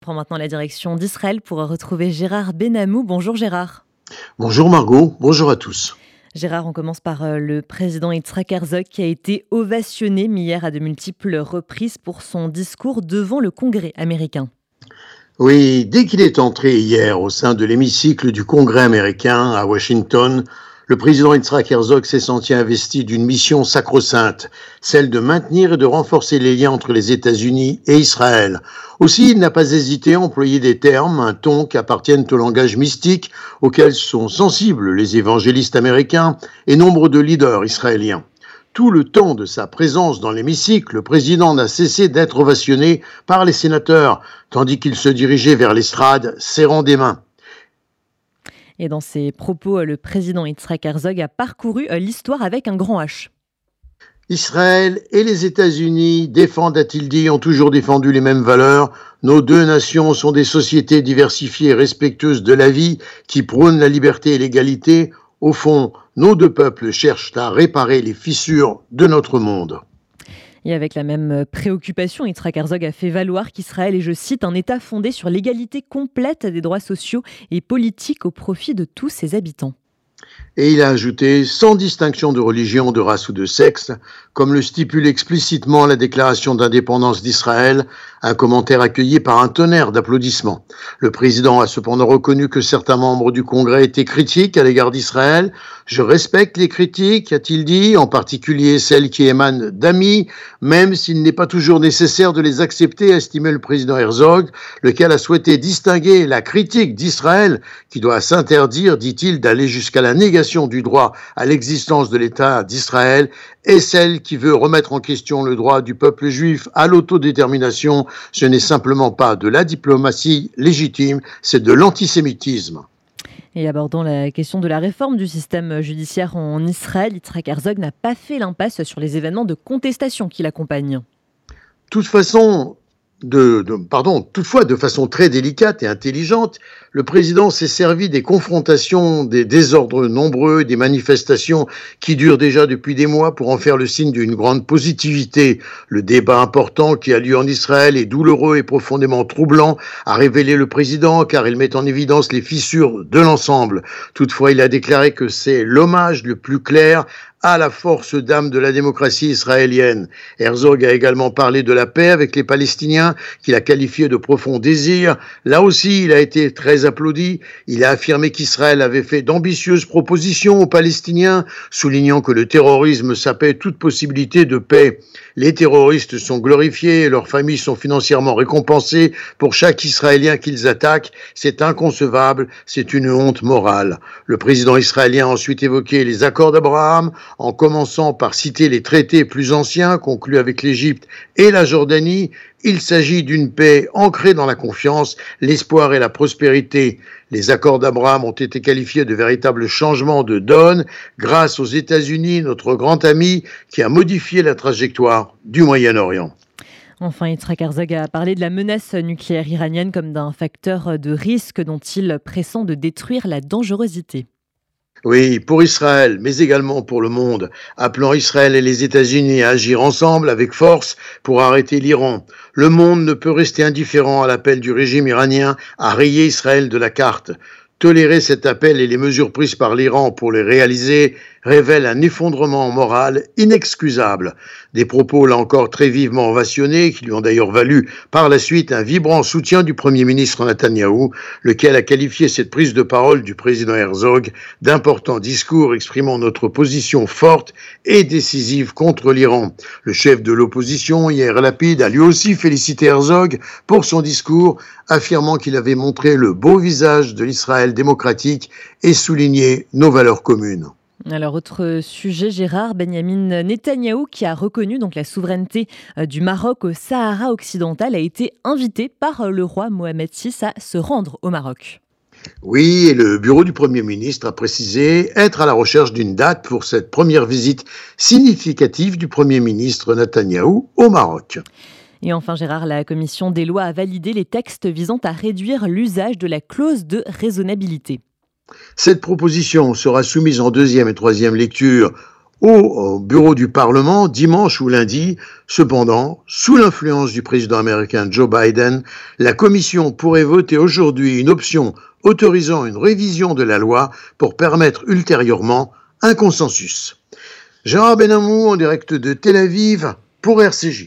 On prend maintenant la direction d'Israël pour retrouver Gérard Benamou. Bonjour Gérard. Bonjour Margot, bonjour à tous. Gérard, on commence par le président Yitzhak Herzog qui a été ovationné hier à de multiples reprises pour son discours devant le Congrès américain. Oui, dès qu'il est entré hier au sein de l'hémicycle du Congrès américain à Washington, le président Yitzhak Herzog s'est senti investi d'une mission sacro-sainte, celle de maintenir et de renforcer les liens entre les États-Unis et Israël. Aussi, il n'a pas hésité à employer des termes, un ton qui appartiennent au langage mystique auquel sont sensibles les évangélistes américains et nombre de leaders israéliens. Tout le temps de sa présence dans l'hémicycle, le président n'a cessé d'être ovationné par les sénateurs, tandis qu'il se dirigeait vers l'estrade, serrant des mains. Et dans ses propos, le président Yitzhak Herzog a parcouru l'histoire avec un grand H. Israël et les États-Unis défendent, a-t-il dit, ont toujours défendu les mêmes valeurs. Nos deux nations sont des sociétés diversifiées et respectueuses de la vie qui prônent la liberté et l'égalité. Au fond, nos deux peuples cherchent à réparer les fissures de notre monde. Et avec la même préoccupation, Yitzhak Herzog a fait valoir qu'Israël est, je cite, un État fondé sur l'égalité complète des droits sociaux et politiques au profit de tous ses habitants. Et il a ajouté, sans distinction de religion, de race ou de sexe, comme le stipule explicitement la déclaration d'indépendance d'Israël, un commentaire accueilli par un tonnerre d'applaudissements. Le président a cependant reconnu que certains membres du Congrès étaient critiques à l'égard d'Israël. Je respecte les critiques, a-t-il dit, en particulier celles qui émanent d'amis, même s'il n'est pas toujours nécessaire de les accepter, a estimé le président Herzog, lequel a souhaité distinguer la critique d'Israël, qui doit s'interdire, dit-il, d'aller jusqu'à la négation du droit à l'existence de l'État d'Israël, et celle qui veut remettre en question le droit du peuple juif à l'autodétermination. Ce n'est simplement pas de la diplomatie légitime, c'est de l'antisémitisme. Et abordant la question de la réforme du système judiciaire en Israël, Yitzhak Herzog n'a pas fait l'impasse sur les événements de contestation qui l'accompagnent. Toutefois, de façon très délicate et intelligente, le président s'est servi des confrontations, des désordres nombreux, des manifestations qui durent déjà depuis des mois pour en faire le signe d'une grande positivité. Le débat important qui a lieu en Israël est douloureux et profondément troublant, a révélé le président, car il met en évidence les fissures de l'ensemble. Toutefois, il a déclaré que c'est l'hommage le plus clair à la force d'âme de la démocratie israélienne. Herzog a également parlé de la paix avec les Palestiniens, qu'il a qualifié de profond désir. Là aussi, il a été très applaudi. Il a affirmé qu'Israël avait fait d'ambitieuses propositions aux Palestiniens, soulignant que le terrorisme sapait toute possibilité de paix. Les terroristes sont glorifiés et leurs familles sont financièrement récompensées pour chaque Israélien qu'ils attaquent. C'est inconcevable, c'est une honte morale. Le président israélien a ensuite évoqué les accords d'Abraham, en commençant par citer les traités plus anciens conclus avec l'Égypte et la Jordanie. Il s'agit d'une paix ancrée dans la confiance, l'espoir et la prospérité. Les accords d'Abraham ont été qualifiés de véritables changements de donne grâce aux États-Unis, notre grand ami, qui a modifié la trajectoire du Moyen-Orient. Enfin, Yitzhak Herzog a parlé de la menace nucléaire iranienne comme d'un facteur de risque dont il pressent de détruire la dangerosité. Oui, pour Israël, mais également pour le monde, appelant Israël et les États-Unis à agir ensemble avec force pour arrêter l'Iran. Le monde ne peut rester indifférent à l'appel du régime iranien à rayer Israël de la carte. Tolérer cet appel et les mesures prises par l'Iran pour les réaliser révèlent un effondrement moral inexcusable. Des propos là encore très vivement ovationnés, qui lui ont d'ailleurs valu par la suite un vibrant soutien du Premier ministre Netanyahou, lequel a qualifié cette prise de parole du président Herzog d'important discours exprimant notre position forte et décisive contre l'Iran. Le chef de l'opposition, Yair Lapid, a lui aussi félicité Herzog pour son discours, affirmant qu'il avait montré le beau visage de l'Israël démocratique et souligné nos valeurs communes. Alors, autre sujet, Gérard, Benyamin Netanyahou, qui a reconnu donc la souveraineté du Maroc au Sahara occidental, a été invité par le roi Mohamed VI à se rendre au Maroc. Oui, et le bureau du Premier ministre a précisé être à la recherche d'une date pour cette première visite significative du Premier ministre Netanyahou au Maroc. Et enfin, Gérard, la commission des lois a validé les textes visant à réduire l'usage de la clause de raisonnabilité. Cette proposition sera soumise en deuxième et troisième lecture au bureau du Parlement dimanche ou lundi. Cependant, sous l'influence du président américain Joe Biden, la Commission pourrait voter aujourd'hui une option autorisant une révision de la loi pour permettre ultérieurement un consensus. Gérard Benamou en direct de Tel Aviv pour RCJ.